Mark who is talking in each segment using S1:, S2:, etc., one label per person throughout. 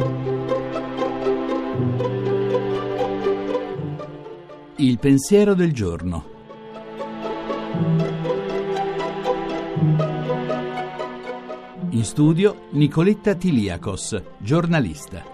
S1: Il pensiero del giorno. In studio Nicoletta Tiliakos, giornalista.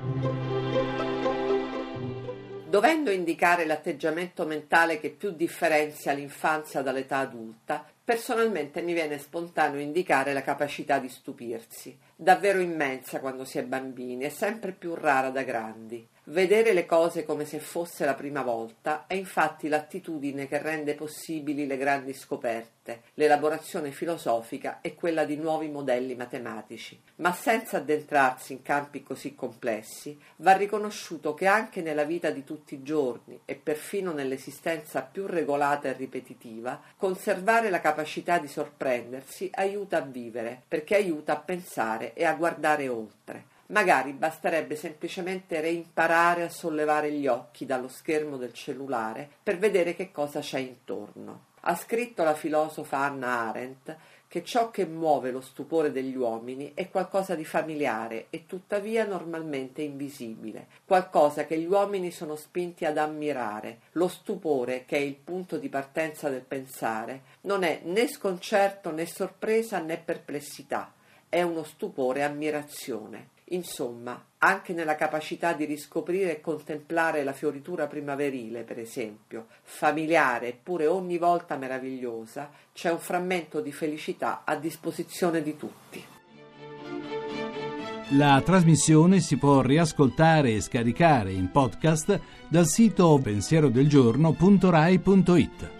S2: Dovendo indicare l'atteggiamento mentale che più differenzia l'infanzia dall'età adulta, personalmente mi viene spontaneo indicare la capacità di stupirsi, davvero immensa quando si è bambini e sempre più rara da grandi. Vedere le cose come se fosse la prima volta è infatti l'attitudine che rende possibili le grandi scoperte, l'elaborazione filosofica e quella di nuovi modelli matematici. Ma senza addentrarsi in campi così complessi, va riconosciuto che anche nella vita di tutti i giorni e perfino nell'esistenza più regolata e ripetitiva, conservare la capacità di sorprendersi aiuta a vivere, perché aiuta a pensare e a guardare oltre. Magari basterebbe semplicemente reimparare a sollevare gli occhi dallo schermo del cellulare per vedere che cosa c'è intorno. Ha scritto la filosofa Hannah Arendt che ciò che muove lo stupore degli uomini è qualcosa di familiare e tuttavia normalmente invisibile, qualcosa che gli uomini sono spinti ad ammirare. Lo stupore, che è il punto di partenza del pensare, non è né sconcerto né sorpresa né perplessità, è uno stupore ammirazione. Insomma, anche nella capacità di riscoprire e contemplare la fioritura primaverile, per esempio, familiare eppure ogni volta meravigliosa, c'è un frammento di felicità a disposizione di tutti.
S1: La trasmissione si può riascoltare e scaricare in podcast dal sito pensierodelgiorno.rai.it.